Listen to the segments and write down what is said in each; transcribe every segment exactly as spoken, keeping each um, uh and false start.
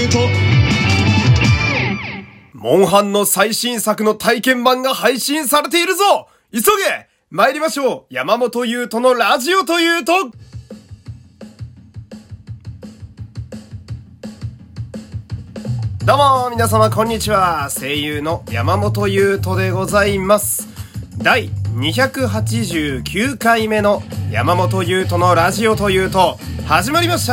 いうと。モンハンの最新作の体験版が配信されているぞ。急げ参りましょう。山本優斗のラジオというと。どうも皆様こんにちは。声優の山本優斗でございます。だいにひゃくはちじゅうきゅうかいめの山本優斗のラジオというと始まりました。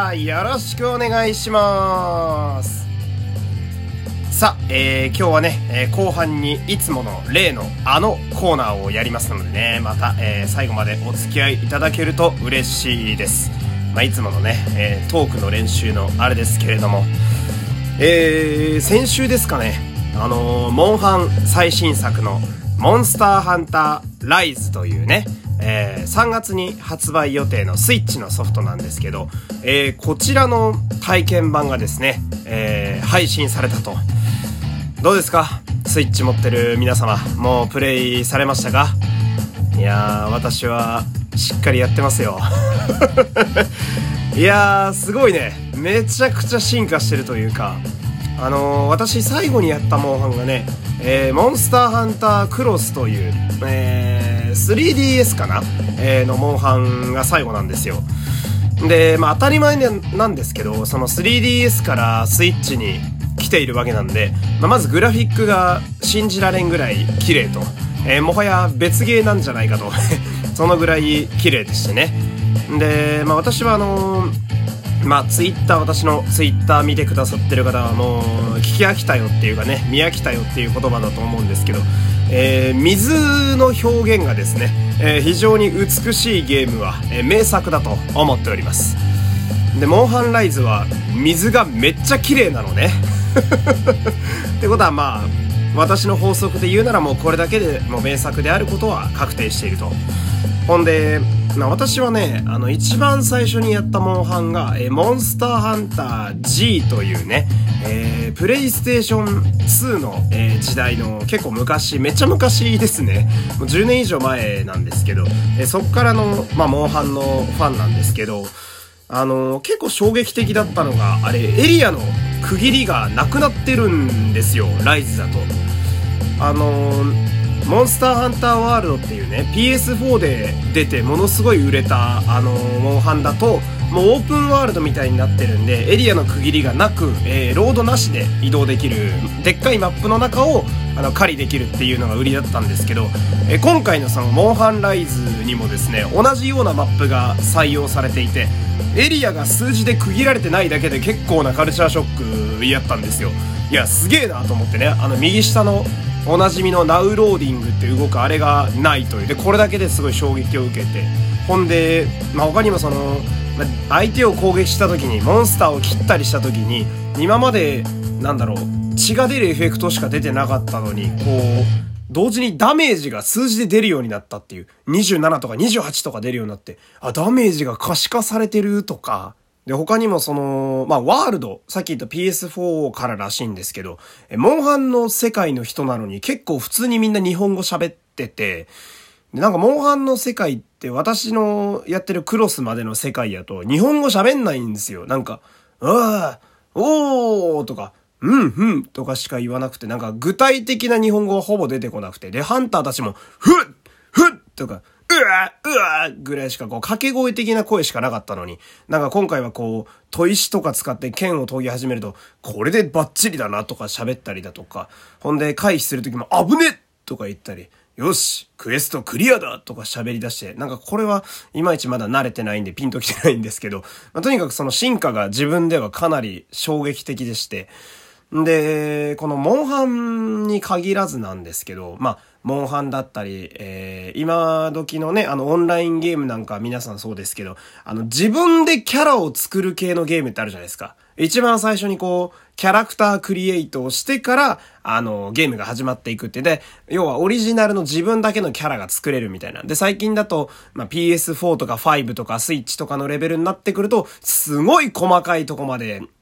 よろしくお願いします。さあ、えー、今日はね、えー、後半にいつもの例のあのコーナーをやりますのでね、また、えー、最後までお付き合いいただけると嬉しいです。まあ、いつものね、えー、トークの練習のあれですけれども、えー、先週ですかね、あのー、モンハン最新作のモンスターハンターライズというね、えー、さんがつに発売予定のスイッチのソフトなんですけど、えー、こちらの体験版がですね、えー、配信されたと。どうですか？スイッチ持ってる皆様、もうプレイされましたか？いやー、私はしっかりやってますよ。いやー、すごいね。めちゃくちゃ進化してるというか、あのー、私最後にやったモンハンがね、えー、モンスターハンタークロスという、えー、スリーディーエス かな、えー、のモンハンが最後なんですよ。で、まあ当たり前なんですけど、その スリーディーエス からスイッチに来ているわけなんで、まあ、まずグラフィックが信じられんぐらい綺麗と、えー、もはや別ゲーなんじゃないかとそのぐらい綺麗でしてね。で、まあ私はあのー、まあツイッター、私のツイッター見てくださってる方はもう聞き飽きたよっていうかね、見飽きたよっていう言葉だと思うんですけど、えー、水の表現がですね、えー、非常に美しいゲームは、えー、名作だと思っております。で、モンハンライズは水がめっちゃ綺麗なのね。ってことはまあ私の法則で言うならもうこれだけでもう名作であることは確定していると。ほんで、まあ、私はね、あの一番最初にやったモンハンがえモンスターハンター G というね、えー、プレイステーションツーの、えー、時代の結構昔、めっちゃ昔ですね。もうじゅうねん以上前なんですけど、えー、そっからの、まあ、モンハンのファンなんですけど、あのー、結構衝撃的だったのが、あれエリアの区切りがなくなってるんですよ、ライズだと。あのー、モンスターハンターワールドっていうね ピーエスフォー で出てものすごい売れたあのー、モンハンだともうオープンワールドみたいになってるんでエリアの区切りがなく、えー、ロードなしで移動できるでっかいマップの中をあの狩りできるっていうのが売りだったんですけど、えー、今回のそのモンハンライズにもですね同じようなマップが採用されていて、エリアが数字で区切られてないだけで結構なカルチャーショックやったんですよ。いやすげえなと思ってね、あの右下のおなじみのナウローディングって動くあれがないという。でこれだけですごい衝撃を受けて、ほんで、まあ、他にもその相手を攻撃した時にモンスターを切ったりした時に今までなんだろう血が出るエフェクトしか出てなかったのにこう同時にダメージが数字で出るようになったっていう、にじゅうななとかにじゅうはちとか出るようになって、あダメージが可視化されてるとかで、他にもその、まあ、ワールド、さっき言った ピーエスフォー かららしいんですけど、モンハンの世界の人なのに結構普通にみんな日本語喋ってて、でなんかモンハンの世界って私のやってるクロスまでの世界やと日本語喋んないんですよ。なんか、ああ、おーとか、うんふんとかしか言わなくて、なんか具体的な日本語はほぼ出てこなくて、で、ハンターたちも、ふっふっとか、うわうわぐらいしかこう掛け声的な声しかなかったのに、なんか今回はこう砥石とか使って剣を研ぎ始めるとこれでバッチリだなとか喋ったりだとか、ほんで回避する時も危ねとか言ったり、よしクエストクリアだとか喋り出して、なんかこれはいまいちまだ慣れてないんでピンときてないんですけど、まあ、とにかくその進化が自分ではかなり衝撃的でして、でこのモンハンに限らずなんですけど、まあモンハンだったり、えー、今時のね、あのオンラインゲームなんか皆さんそうですけど、あの自分でキャラを作る系のゲームってあるじゃないですか。一番最初にこう、キャラクタークリエイトをしてから、あの、ゲームが始まっていくって。で、要はオリジナルの自分だけのキャラが作れるみたいな。で、最近だと、まあ、ピーエスフォー とかファイブとかスイッチとかのレベルになってくると、すごい細かいとこまで、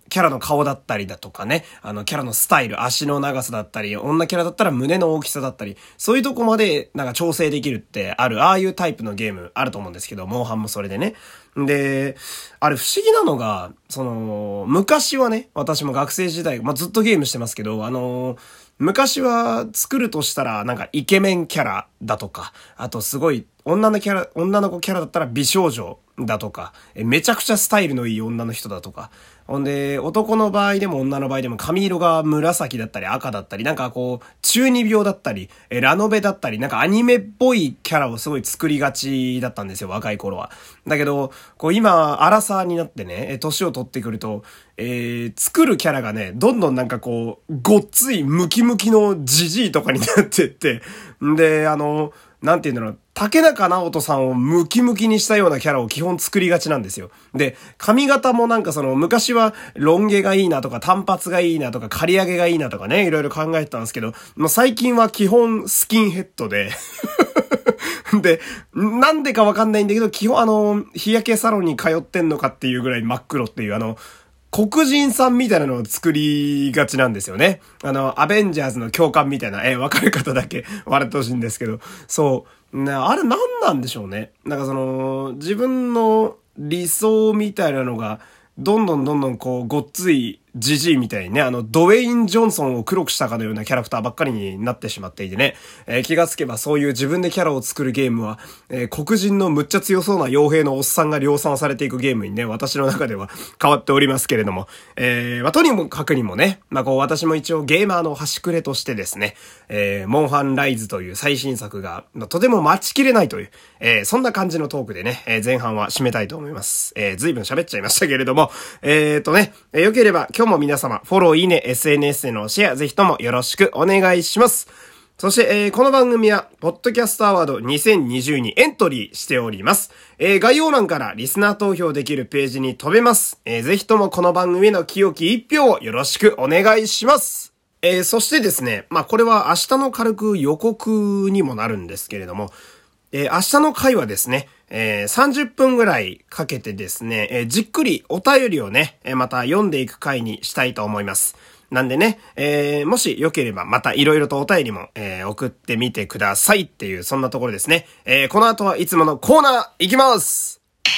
キャラの顔だったりだとかね、あのキャラのスタイル、足の長さだったり、女キャラだったら胸の大きさだったり、そういうとこまでなんか調整できるってある、ああいうタイプのゲームあると思うんですけど、モンハンもそれでね。で、あれ不思議なのが、その、昔はね、私も学生時代、まあ、ずっとゲームしてますけど、あのー、昔は作るとしたら、なんかイケメンキャラだとか、あとすごい女のキャラ、女の子キャラだったら美少女だとか、えめちゃくちゃスタイルのいい女の人だとか、ほんで、男の場合でも女の場合でも髪色が紫だったり赤だったり、なんかこう、中二病だったり、えラノベだったり、なんかアニメっぽいキャラをすごい作りがちだったんですよ、若い頃は。だけど、こう今、アラサーになってね、年を取ってくると、えー、作るキャラがね、どんどんなんかこう、ごっついムキムキのジジイとかになってって、んで、あの、なんて言うんだろう、竹中直人さんをムキムキにしたようなキャラを基本作りがちなんですよ。で、髪型もなんかその、昔はロン毛がいいなとか、単髪がいいなとか、刈り上げがいいなとかね、いろいろ考えてたんですけど、もう最近は基本スキンヘッドで、で、なんでかわかんないんだけど、基本あの、日焼けサロンに通ってんのかっていうぐらい真っ黒っていうあの、黒人さんみたいなのを作りがちなんですよね。あの、アベンジャーズの教官みたいな、えー、わかる方だけ笑ってほしいんですけど、そう、ね、あれ何なんでしょうね。なんかその、自分の理想みたいなのが、どんどんどんどんこう、ごっついジジイみたいにね、あの、ドウェイン・ジョンソンを黒くしたかのようなキャラクターばっかりになってしまっていてね、えー、気がつけばそういう自分でキャラを作るゲームは、えー、黒人のむっちゃ強そうな傭兵のおっさんが量産されていくゲームにね、私の中では変わっておりますけれども、えー、まあ、とにもかくにもね、まあ、こう、私も一応ゲーマーの端くれとしてですね、えー、モンハンライズという最新作が、まあ、とても待ちきれないという、えー、そんな感じのトークでね、えー、前半は締めたいと思います。えー、随分喋っちゃいましたけれども、えーとね、えー、よければ今日も皆様、フォロー、いいね、エスエヌエス でのシェア、ぜひともよろしくお願いします。そして、えー、この番組は、ポッドキャストアワードにせんにじゅうにエントリーしております。えー、概要欄からリスナー投票できるページに飛べます。えー、ぜひともこの番組の清き一票をよろしくお願いします。えー、そしてですね、まあ、これは明日の軽く予告にもなるんですけれども、えー、明日の回はですね、えー、さんじゅっぷんぐらいかけてですね、えー、じっくりお便りをね、えー、また読んでいく回にしたいと思います。なんでね、えー、もしよければまたいろいろとお便りも、えー、送ってみてくださいっていう、そんなところですね。えー、この後はいつものコーナーいきます。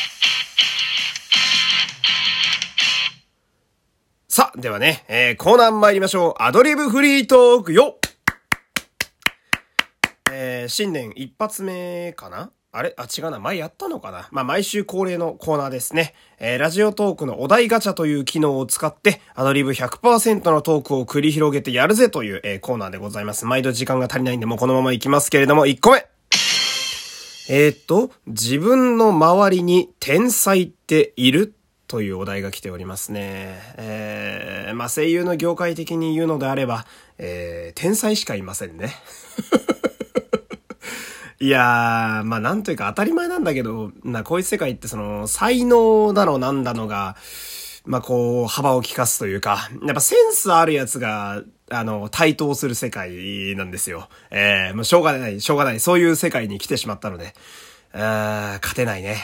さあ、ではね、えー、コーナー参りましょう。アドリブフリートークよ。えー、新年一発目かな？あれあ、違うな。前やったのかな。まあ、毎週恒例のコーナーですね。えー、ラジオトークのお題ガチャという機能を使って、アドリブ ひゃくパーセント のトークを繰り広げてやるぜという、えー、コーナーでございます。毎度時間が足りないんで、もうこのままいきますけれども、いっこめ。えーっと、自分の周りに天才っている？というお題が来ておりますね。えー、まあ、声優の業界的に言うのであれば、えー、天才しかいませんね。いやー、まあなんというか当たり前なんだけど、な、こういう世界ってその、才能だのなんだのが、まあこう、幅を利かすというか、やっぱセンスあるやつが、あの、台頭する世界なんですよ。えー、もうしょうがない、しょうがない、そういう世界に来てしまったので、あー、勝てないね。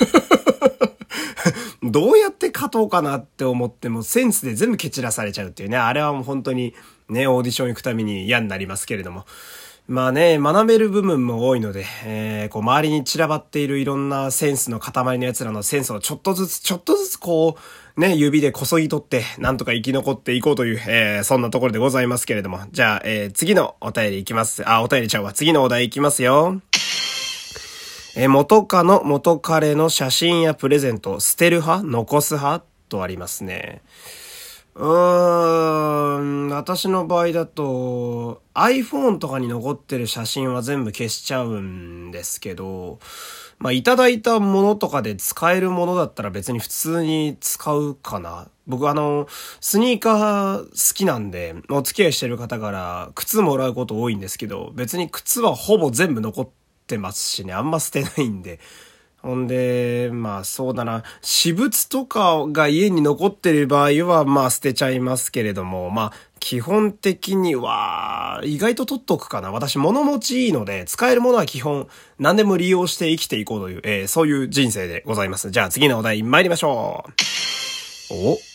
どうやって勝とうかなって思っても、センスで全部蹴散らされちゃうっていうね、あれはもう本当にね、オーディション行くために嫌になりますけれども。まあね、学べる部分も多いので、えー、こう周りに散らばっているいろんなセンスの塊の奴らのセンスをちょっとずつちょっとずつこう、ね、指でこそぎ取って、なんとか生き残っていこうという、えー、そんなところでございますけれども。じゃあ、えー、次のお便りいきます。あ、お便りちゃうわ。次のお題いきますよ。えー、元カノ、元彼の写真やプレゼント、捨てる派？残す派？とありますね。うーん、私の場合だと iPhone とかに残ってる写真は全部消しちゃうんですけど、まあいただいたものとかで使えるものだったら別に普通に使うかな。僕あのスニーカー好きなんでお付き合いしてる方から靴もらうこと多いんですけど、別に靴はほぼ全部残ってますしね、あんま捨てないんで。ほんで、まあそうだな、私物とかが家に残ってる場合はまあ捨てちゃいますけれども、まあ基本的には意外と取っとくかな。私物持ちいいので使えるものは基本何でも利用して生きていこうという、えー、そういう人生でございます。じゃあ次のお題参りましょう。お、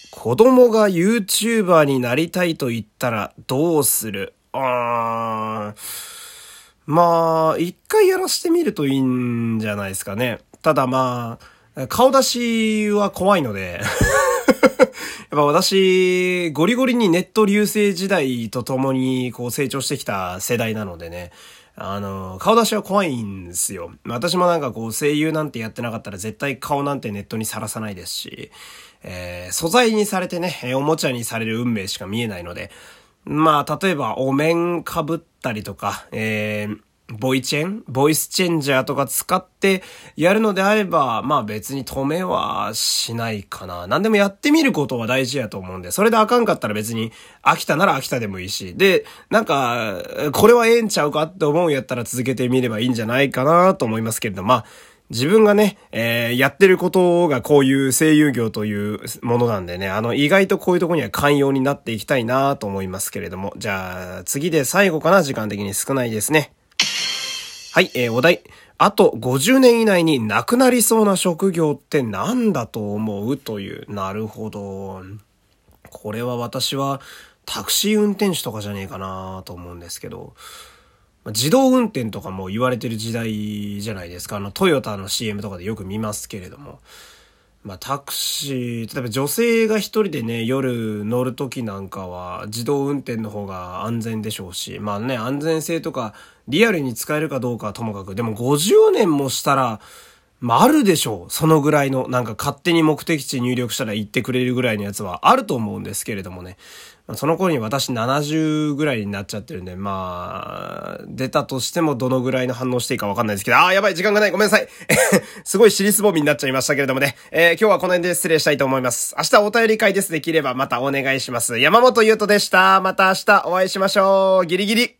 子供が YouTuber になりたいと言ったらどうする？あー、まあ、一回やらしてみるといいんじゃないですかね。ただまあ、顔出しは怖いので、やっぱ私、ゴリゴリにネット流星時代と共にこう成長してきた世代なのでね、あの、顔出しは怖いんですよ。私もなんかこう声優なんてやってなかったら絶対顔なんてネットにさらさないですし、えー、素材にされてね、おもちゃにされる運命しか見えないので、まあ、例えばお面被ったりとか、えー、ボイチェンボイスチェンジャーとか使ってやるのであれば、まあ別に止めはしないかな。何でもやってみることは大事やと思うんで、それであかんかったら別に飽きたなら飽きたでもいいし、で、なんか、これはええんちゃうかって思うんやったら続けてみればいいんじゃないかなと思いますけれど、まあ、自分がね、えー、やってることがこういう声優業というものなんでね、あの、意外とこういうところには寛容になっていきたいなと思いますけれども、じゃあ、次で最後かな、時間的に少ないですね。はい、えー、お題。あとごじゅうねん以内になくなりそうな職業って何だと思うという。なるほど。これは私はタクシー運転手とかじゃねえかなと思うんですけど、自動運転とかも言われてる時代じゃないですか。あのトヨタの シーエム とかでよく見ますけれども。まあタクシー、例えば女性が一人でね、夜乗るときなんかは自動運転の方が安全でしょうし、まあね、安全性とかリアルに使えるかどうかはともかく、でもごじゅうねんもしたら、まああるでしょう。そのぐらいの、なんか勝手に目的地入力したら行ってくれるぐらいのやつはあると思うんですけれどもね。その頃に私ななじゅうぐらいになっちゃってるんで、まあ、出たとしてもどのぐらいの反応していいかわかんないですけど、あーやばい、時間がない、ごめんなさい。すごい尻すぼみになっちゃいましたけれどもね。えー、今日はこの辺で失礼したいと思います。明日お便り会です。できればまたお願いします。山本優斗でした。また明日お会いしましょう。ギリギリ。